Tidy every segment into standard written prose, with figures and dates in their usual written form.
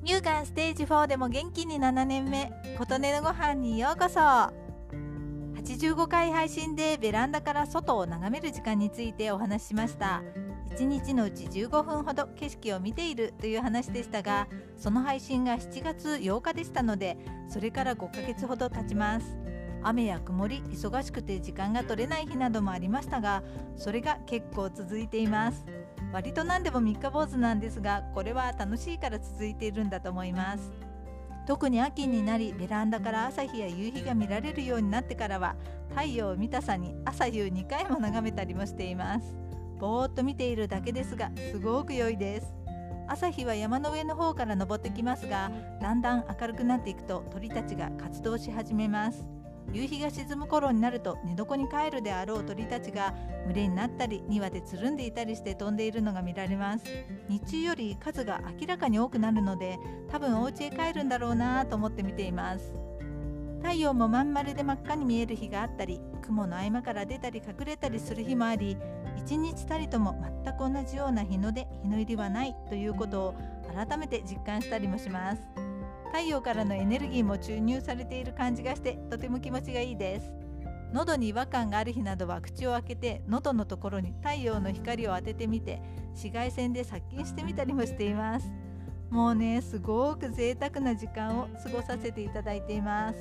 乳がんステージ4でも元気に7年目、琴音のご飯にようこそ。85回配信でベランダから外を眺める時間についてお話ししました。1日のうち15分ほど景色を見ているという話でしたが、その配信が7月8日でしたので、それから5ヶ月ほど経ちます。雨や曇り、忙しくて時間が取れない日などもありましたが、それが結構続いています。割と何でも三日坊主なんですが、これは楽しいから続いているんだと思います。特に秋になり、ベランダから朝日や夕日が見られるようになってからは、太陽を見たさに朝夕2回も眺めたりもしています。ぼーっと見ているだけですが、すごく良いです。朝日は山の上の方から昇ってきますが、だんだん明るくなっていくと鳥たちが活動し始めます。夕日が沈む頃になると、寝床に帰るであろう鳥たちが群れになったり、2羽でつるんでいたりして飛んでいるのが見られます。日中より数が明らかに多くなるので、多分お家へ帰るんだろうなと思って見ています。太陽もまん丸で真っ赤に見える日があったり、雲の合間から出たり隠れたりする日もあり、一日たりとも全く同じような日の出、日の入りはないということを改めて実感したりもします。太陽からのエネルギーも注入されている感じがして、とても気持ちがいいです。喉に違和感がある日などは口を開けて、喉のところに太陽の光を当ててみて、紫外線で殺菌してみたりもしています。もうね、すごく贅沢な時間を過ごさせていただいています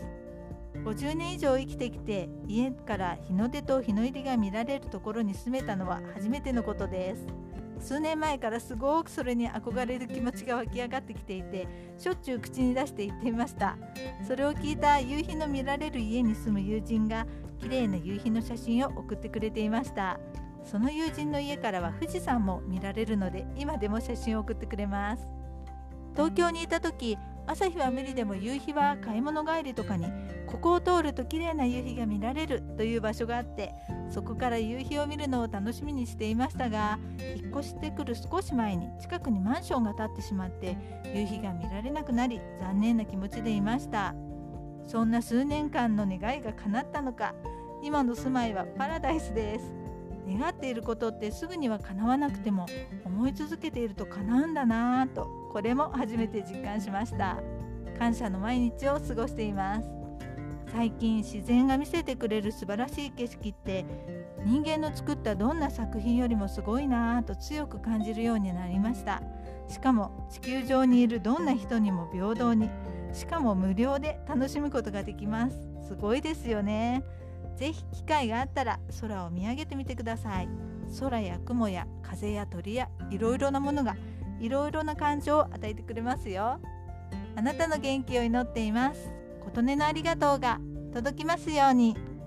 。50年以上生きてきて、家から日の出と日の入りが見られるところに住めたのは初めてのことです。数年前からすごくそれに憧れる気持ちが湧き上がってきていて、しょっちゅう口に出して言っていました。それを聞いた夕日の見られる家に住む友人が綺麗な夕日の写真を送ってくれていました。その友人の家からは富士山も見られるので、今でも写真を送ってくれます。東京にいた時、朝日は無理でも夕日は買い物帰りとかに、ここを通ると綺麗な夕日が見られるという場所があって、そこから夕日を見るのを楽しみにしていましたが、引っ越してくる少し前に近くにマンションが建ってしまって、夕日が見られなくなり、残念な気持ちでいました。そんな数年間の願いが叶ったのか、今の住まいはパラダイスです。願っていることってすぐには叶わなくても、思い続けていると叶うんだなぁと、これも初めて実感しました。感謝の毎日を過ごしています。最近自然が見せてくれる素晴らしい景色って、人間の作ったどんな作品よりもすごいなぁと強く感じるようになりました。しかも地球上にいるどんな人にも平等に、しかも無料で楽しむことができます。すごいですよね。ぜひ機会があったら空を見上げてみてください。空や雲や風や鳥やいろいろなものがいろいろな感情を与えてくれますよ。あなたの元気を祈っています。琴音のありがとうが届きますように。